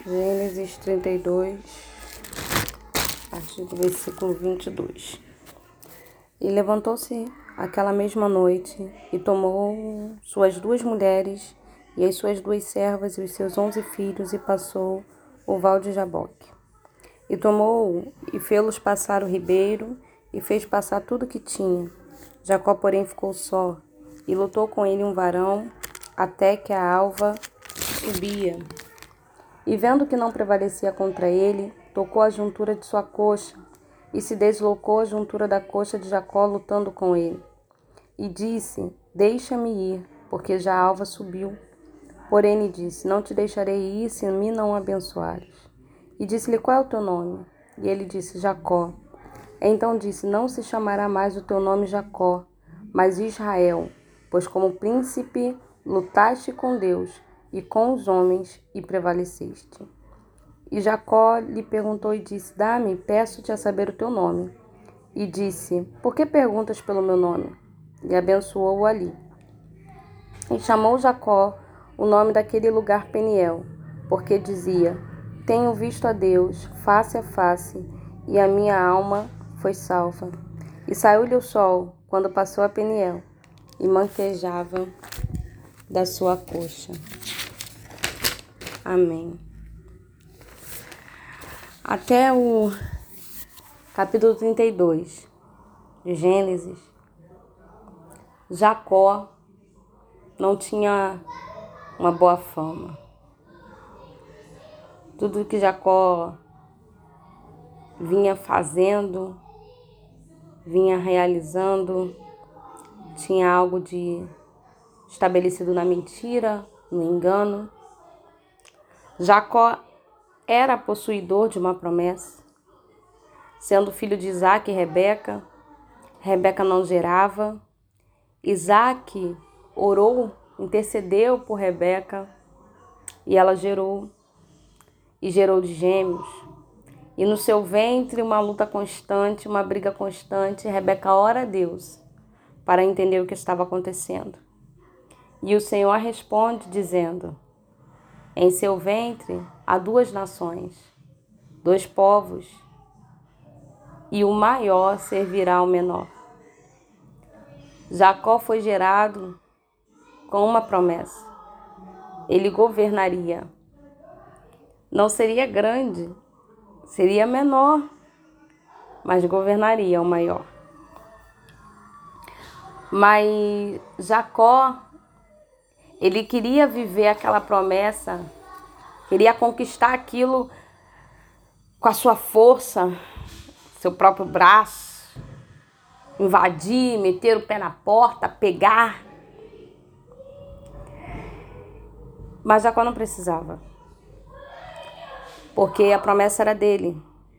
Gênesis 32, a partir do versículo 22. E levantou-se aquela mesma noite e tomou suas 2 mulheres e as suas 2 servas e os seus 11 filhos e passou o val de Jaboque. E tomou e fê-los passar o ribeiro e fez passar tudo o que tinha. Jacó, porém, ficou só e lutou com ele um varão até que a alva subia. E vendo que não prevalecia contra ele, tocou a juntura de sua coxa, e se deslocou a juntura da coxa de Jacó, lutando com ele. E disse: Deixa-me ir, porque já a alva subiu. Porém lhe disse: Não te deixarei ir, se me não abençoares. E disse-lhe: Qual é o teu nome? E ele disse: Jacó. Então disse: Não se chamará mais o teu nome Jacó, mas Israel, pois como príncipe lutaste com Deus e com os homens e prevaleceste. E Jacó lhe perguntou e disse: Dá-me, peço-te a saber o teu nome. E disse: Por que perguntas pelo meu nome? E abençoou-o ali. E chamou Jacó o nome daquele lugar Peniel, porque dizia: Tenho visto a Deus face a face, e a minha alma foi salva. E saiu-lhe o sol quando passou a Peniel, e manquejava da sua coxa. Amém. Até o capítulo 32 de Gênesis, Jacó não tinha uma boa fama. Tudo que Jacó vinha fazendo, vinha realizando, tinha algo de estabelecido na mentira, no engano. Jacó era possuidor de uma promessa, sendo filho de Isaque e Rebeca. Rebeca não gerava. Isaque orou, intercedeu por Rebeca e ela gerou, e gerou de gêmeos. E no seu ventre uma luta constante, uma briga constante. Rebeca ora a Deus para entender o que estava acontecendo. E o Senhor responde dizendo: Em seu ventre há 2 nações, 2 povos, e o maior servirá ao menor. Jacó foi gerado com uma promessa. Ele governaria. Não seria grande, seria menor, mas governaria o maior. Mas Jacó, ele queria viver aquela promessa, queria conquistar aquilo com a sua força, seu próprio braço, invadir, meter o pé na porta, pegar. Mas Jacó não precisava, porque a promessa era dele.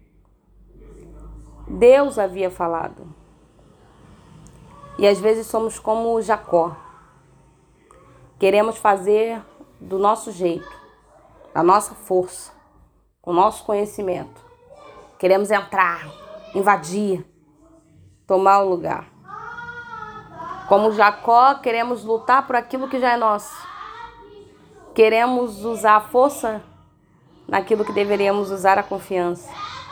Deus havia falado. E às vezes somos como Jacó. Queremos fazer do nosso jeito, da nossa força, com o nosso conhecimento. Queremos entrar, invadir, tomar o lugar. Como Jacó, queremos lutar por aquilo que já é nosso. Queremos usar a força naquilo que deveríamos usar a confiança.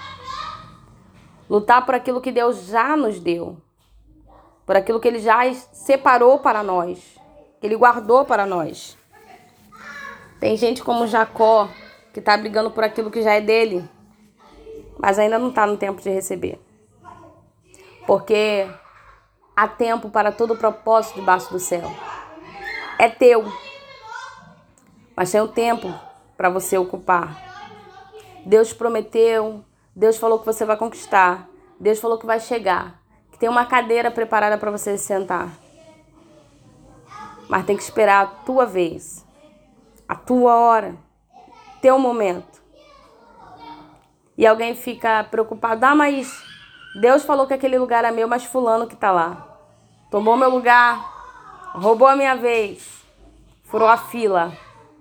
Lutar por aquilo que Deus já nos deu. Por aquilo que Ele já separou para nós. Que Ele guardou para nós. Tem gente como Jacó que está brigando por aquilo que já é dele, mas ainda não está no tempo de receber. Porque há tempo para todo propósito debaixo do céu. É teu, mas tem um tempo para você ocupar. Deus prometeu, Deus falou que você vai conquistar, Deus falou que vai chegar, que tem uma cadeira preparada para você sentar. Mas tem que esperar a tua vez, a tua hora, teu momento. E alguém fica preocupado: mas Deus falou que aquele lugar é meu, mas fulano que está lá tomou meu lugar, roubou a minha vez, furou a fila.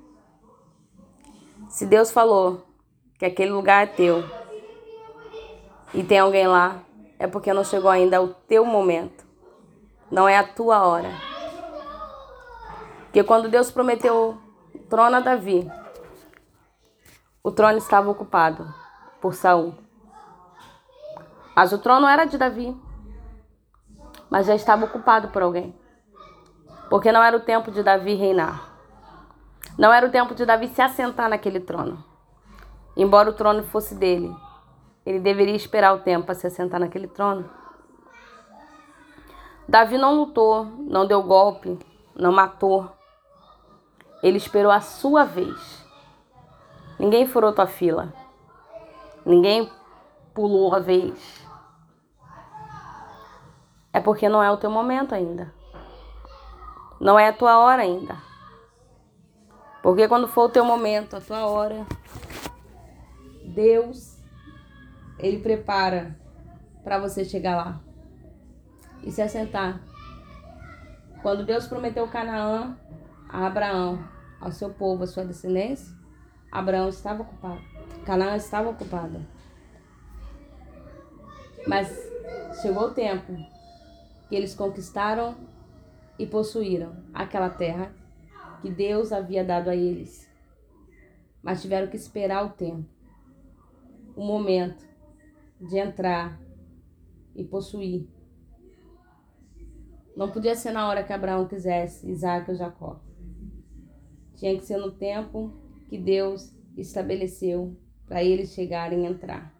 Se Deus falou que aquele lugar é teu e tem alguém lá, é porque não chegou ainda o teu momento. Não é a tua hora. Porque quando Deus prometeu o trono a Davi, o trono estava ocupado por Saul. Mas o trono era de Davi, mas já estava ocupado por alguém. Porque não era o tempo de Davi reinar. Não era o tempo de Davi se assentar naquele trono. Embora o trono fosse dele, ele deveria esperar o tempo para se assentar naquele trono. Davi não lutou, não deu golpe, não matou. Ele esperou a sua vez. Ninguém furou tua fila. Ninguém pulou a vez. É porque não é o teu momento ainda. Não é a tua hora ainda. Porque quando for o teu momento, a tua hora, Deus, Ele prepara para você chegar lá e se assentar. Quando Deus prometeu Canaã a Abraão, ao seu povo, à sua descendência, Abraão estava ocupado. Canaã estava ocupada. Mas chegou o tempo que eles conquistaram e possuíram aquela terra que Deus havia dado a eles. Mas tiveram que esperar o tempo, o momento de entrar e possuir. Não podia ser na hora que Abraão quisesse, Isaac ou Jacó. Tinha que ser no tempo que Deus estabeleceu para eles chegarem e entrar.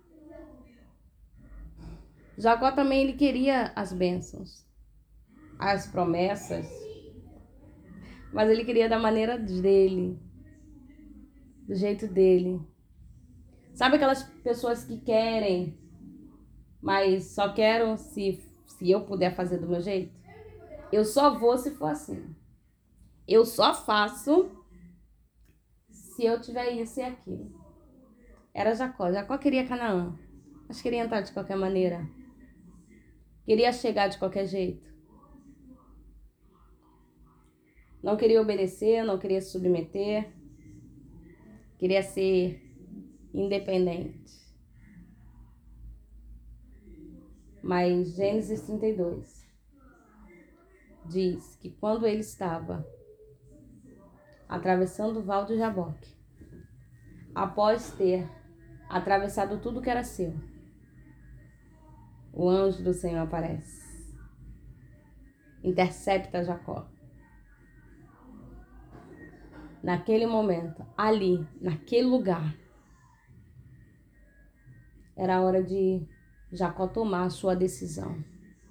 Jacó também ele queria as bênçãos, as promessas, mas ele queria da maneira dele, do jeito dele. Sabe aquelas pessoas que querem, mas só quero se eu puder fazer do meu jeito? Eu só vou se for assim. Eu só faço se eu tiver isso e aquilo. Era Jacó. Jacó queria Canaã, mas queria entrar de qualquer maneira. Queria chegar de qualquer jeito. Não queria obedecer, não queria se submeter. Queria ser independente. Mas Gênesis 32 diz que quando ele estava atravessando o val de Jaboque, após ter atravessado tudo que era seu, o anjo do Senhor aparece, intercepta Jacó. Naquele momento, ali, naquele lugar, era a hora de Jacó tomar a sua decisão.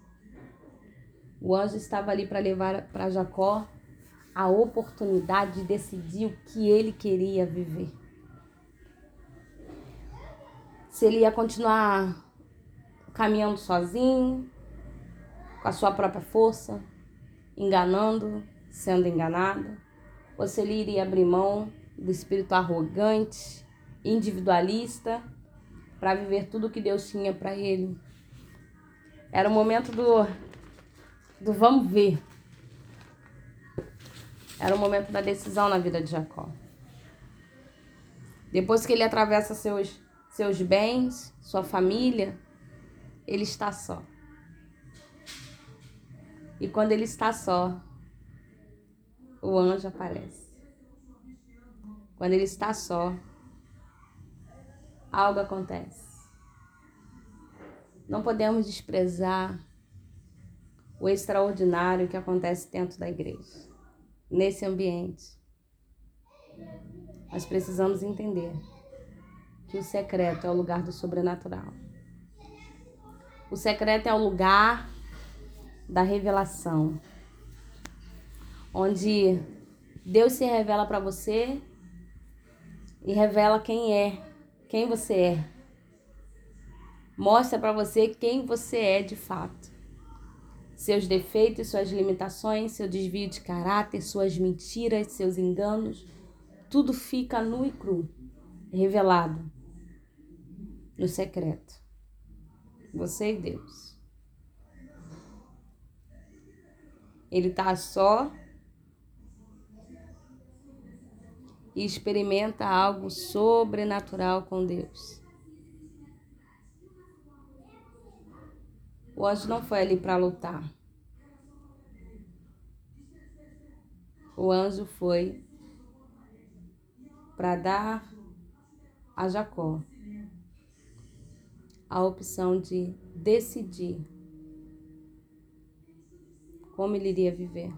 O anjo estava ali para levar para Jacó a oportunidade de decidir o que ele queria viver. Se ele ia continuar caminhando sozinho, com a sua própria força, enganando, sendo enganado, ou se ele iria abrir mão do espírito arrogante, individualista, para viver tudo que Deus tinha para ele. Era o momento do vamos ver. Era o momento da decisão na vida de Jacó. Depois que ele atravessa seus bens, sua família, ele está só. E quando ele está só, o anjo aparece. Quando ele está só, algo acontece. Não podemos desprezar o extraordinário que acontece dentro da igreja, nesse ambiente. Nós precisamos entender que o secreto é o lugar do sobrenatural. O secreto é o lugar da revelação, onde Deus se revela para você e revela quem você é. Mostra para você quem você é de fato. Seus defeitos, suas limitações, seu desvio de caráter, suas mentiras, seus enganos, tudo fica nu e cru, revelado no secreto. Você e Deus. Ele está só e experimenta algo sobrenatural com Deus. O anjo não foi ali para lutar. O anjo foi para dar a Jacó a opção de decidir como ele iria viver.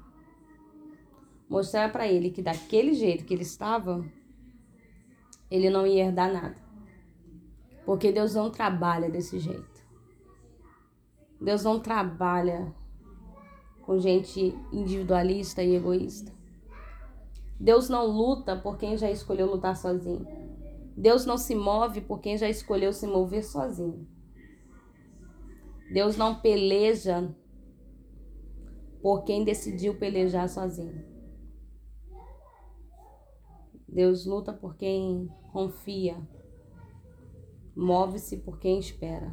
Mostrar para ele que daquele jeito que ele estava, ele não ia herdar nada. Porque Deus não trabalha desse jeito. Deus não trabalha com gente individualista e egoísta. Deus não luta por quem já escolheu lutar sozinho. Deus não se move por quem já escolheu se mover sozinho. Deus não peleja por quem decidiu pelejar sozinho. Deus luta por quem confia. Move-se por quem espera.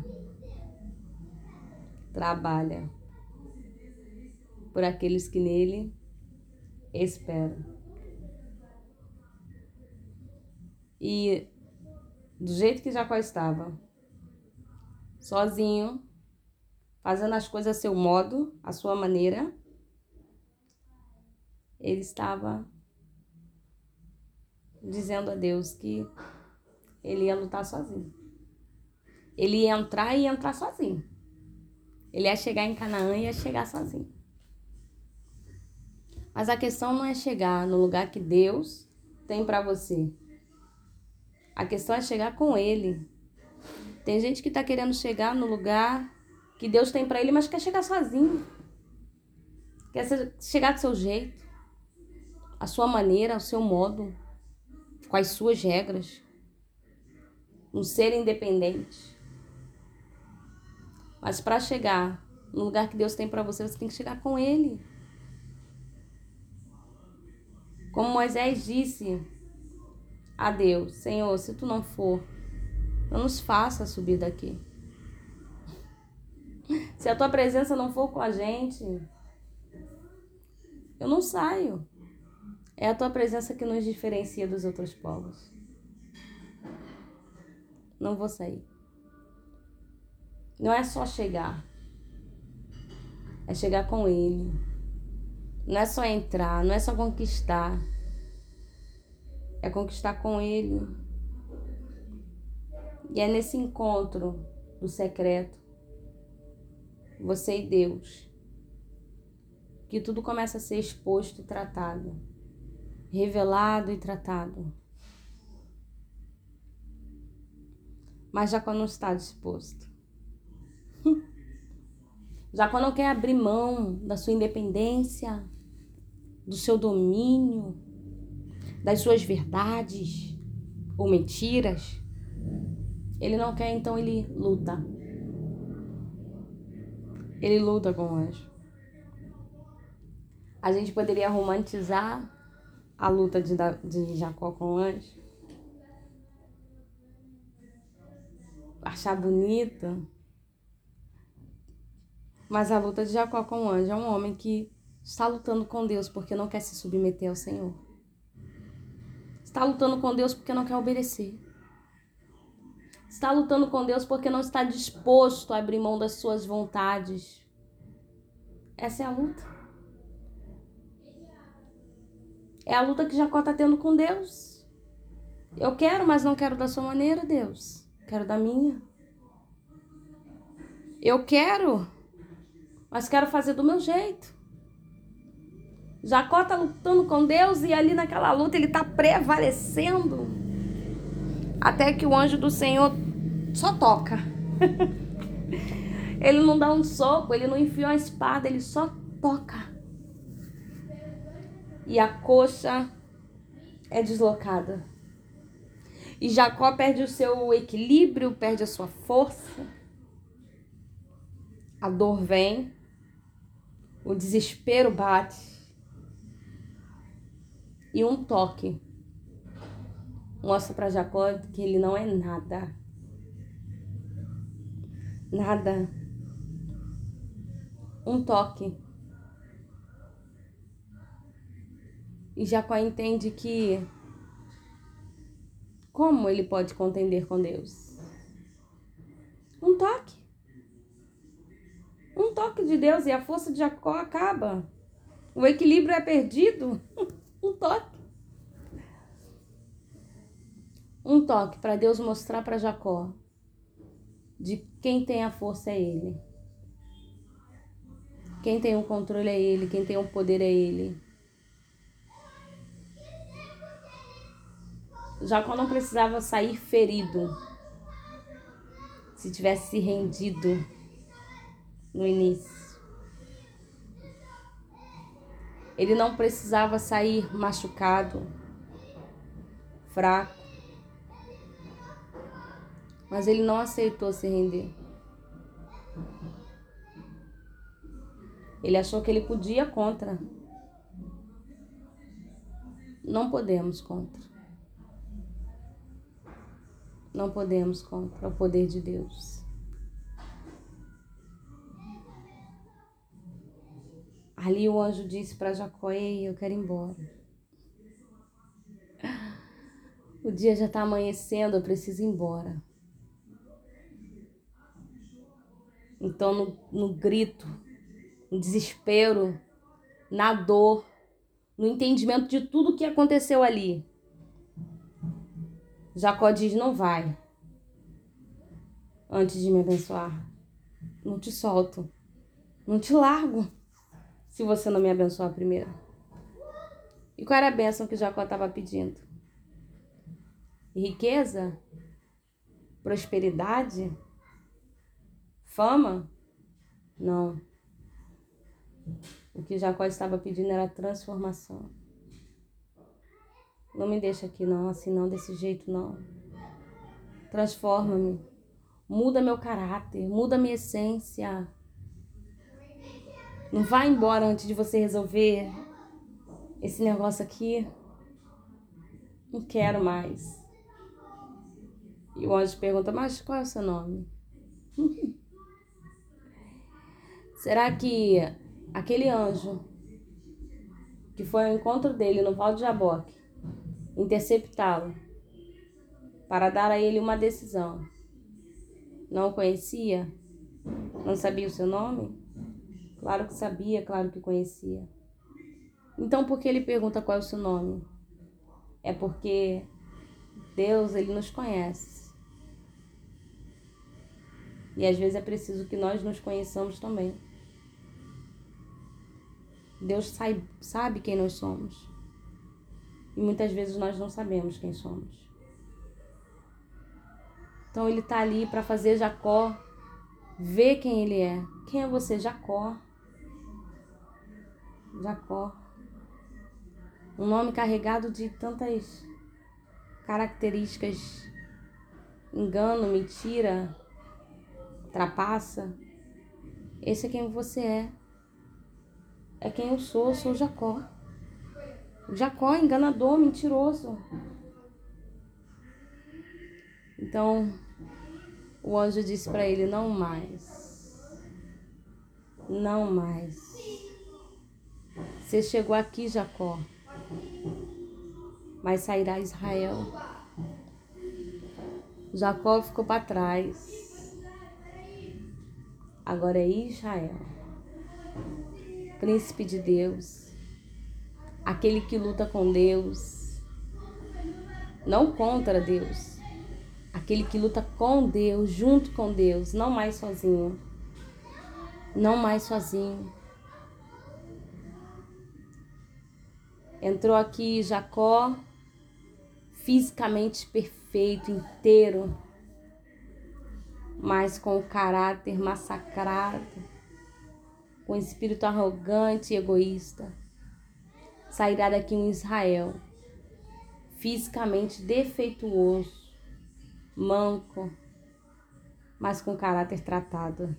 Trabalha por aqueles que nele esperam. E do jeito que Jacó estava, sozinho, fazendo as coisas a seu modo, a sua maneira, ele estava dizendo a Deus que ele ia lutar sozinho. Ele ia entrar e ia entrar sozinho. Ele ia chegar em Canaã e ia chegar sozinho. Mas a questão não é chegar no lugar que Deus tem para você. A questão é chegar com ele. Tem gente que está querendo chegar no lugar que Deus tem para ele, mas quer chegar sozinho. Quer chegar do seu jeito, a sua maneira, o seu modo, com as suas regras. Um ser independente. Mas para chegar no lugar que Deus tem para você, você tem que chegar com ele. Como Moisés disse a Deus: Senhor, se tu não for, não nos faça subir daqui. Se a tua presença não for com a gente, eu não saio. É a tua presença que nos diferencia dos outros povos. Não vou sair. Não é só chegar. É chegar com ele. Não é só entrar, não é só conquistar. É conquistar com ele. E é nesse encontro do secreto, você e Deus, que tudo começa a ser exposto e tratado. Revelado e tratado. Mas Jacó não está disposto. Jacó não quer abrir mão da sua independência, do seu domínio, das suas verdades ou mentiras. Ele não quer, então ele luta. Ele luta com o anjo. A gente poderia romantizar a luta de Jacó com o anjo. Achar bonita. Mas a luta de Jacó com o anjo é um homem que está lutando com Deus porque não quer se submeter ao Senhor. Está lutando com Deus porque não quer obedecer. Está lutando com Deus porque não está disposto a abrir mão das suas vontades. Essa é a luta. É a luta que Jacó está tendo com Deus. Eu quero, mas não quero da sua maneira, Deus. Quero da minha. Eu quero, mas quero fazer do meu jeito. Jacó está lutando com Deus e ali naquela luta ele está prevalecendo. Até que o anjo do Senhor só toca. Ele não dá um soco, ele não enfia uma espada, ele só toca. E a coxa é deslocada. E Jacó perde o seu equilíbrio, perde a sua força. A dor vem, o desespero bate. E um toque mostra para Jacó que ele não é nada. Nada. Um toque. E Jacó entende que como ele pode contender com Deus? Um toque. Um toque de Deus e a força de Jacó acaba. O equilíbrio é perdido. Um toque. Um toque para Deus mostrar para Jacó de quem tem a força é Ele. Quem tem o controle é Ele, quem tem o poder é Ele. Jacó não precisava sair ferido se tivesse se rendido no início. Ele não precisava sair machucado, fraco, mas ele não aceitou se render. Ele achou que ele podia contra. Não podemos contra. Não podemos contra o poder de Deus. Ali o anjo disse para Jacó: ei, eu quero ir embora. O dia já está amanhecendo, eu preciso ir embora. Então, no grito, no desespero, na dor, no entendimento de tudo que aconteceu ali, Jacó diz: não vai, antes de me abençoar. Não te solto, não te largo, se você não me abençoar primeiro. E qual era a bênção que Jacó estava pedindo? Riqueza? Prosperidade? Fama? Não. O que Jacó estava pedindo era transformação. Não me deixa aqui não, assim não, desse jeito não. Transforma-me. Muda meu caráter, muda minha essência. Não vai embora antes de você resolver esse negócio aqui. Não quero mais. E o anjo pergunta: mas qual é o seu nome? Será que aquele anjo que foi ao encontro dele no Val de Jaboque, interceptá-lo para dar a ele uma decisão, não o conhecia? Não sabia o seu nome? Claro que sabia, claro que conhecia. Então por que ele pergunta qual é o seu nome? É porque Deus, ele nos conhece. E às vezes é preciso que nós nos conheçamos também. Deus sabe quem nós somos. E muitas vezes nós não sabemos quem somos. Então ele está ali para fazer Jacó ver quem ele é. Quem é você? Jacó. Jacó. Um nome carregado de tantas características: engano, mentira, trapaça. Esse é quem você é. É quem eu sou Jacó. Jacó, enganador, mentiroso. Então, o anjo disse para ele: não mais. Não mais. Você chegou aqui, Jacó, mas sairá Israel. Jacó ficou para trás. Agora é Israel. Príncipe de Deus. Aquele que luta com Deus. Não contra Deus. Aquele que luta com Deus, junto com Deus, não mais sozinho. Não mais sozinho. Entrou aqui Jacó, fisicamente perfeito, inteiro, mas com o caráter massacrado, com o espírito arrogante e egoísta. Sairá daqui um Israel, fisicamente defeituoso, manco, mas com caráter tratado.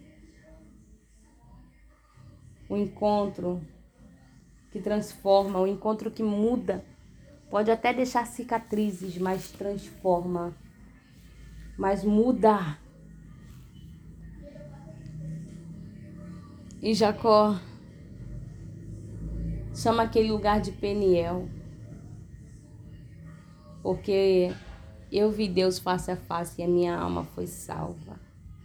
O encontro que transforma, o encontro que muda, pode até deixar cicatrizes, mas transforma, mas muda. E Jacó chama aquele lugar de Peniel, porque eu vi Deus face a face e a minha alma foi salva.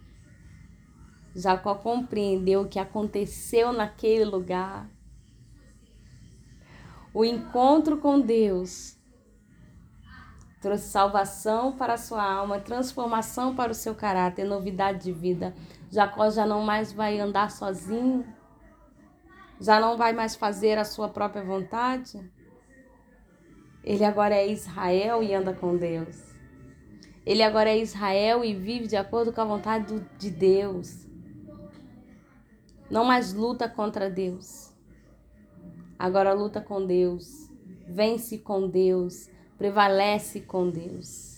Jacó compreendeu o que aconteceu naquele lugar. O encontro com Deus Trouxe salvação para a sua alma, transformação para o seu caráter, novidade de vida. Jacó já não mais vai andar sozinho, já não vai mais fazer a sua própria vontade. Ele agora é Israel e anda com Deus. Ele agora é Israel e vive de acordo com a vontade de Deus. Não mais luta contra Deus. Agora luta com Deus. Vence com Deus. Prevalece com Deus.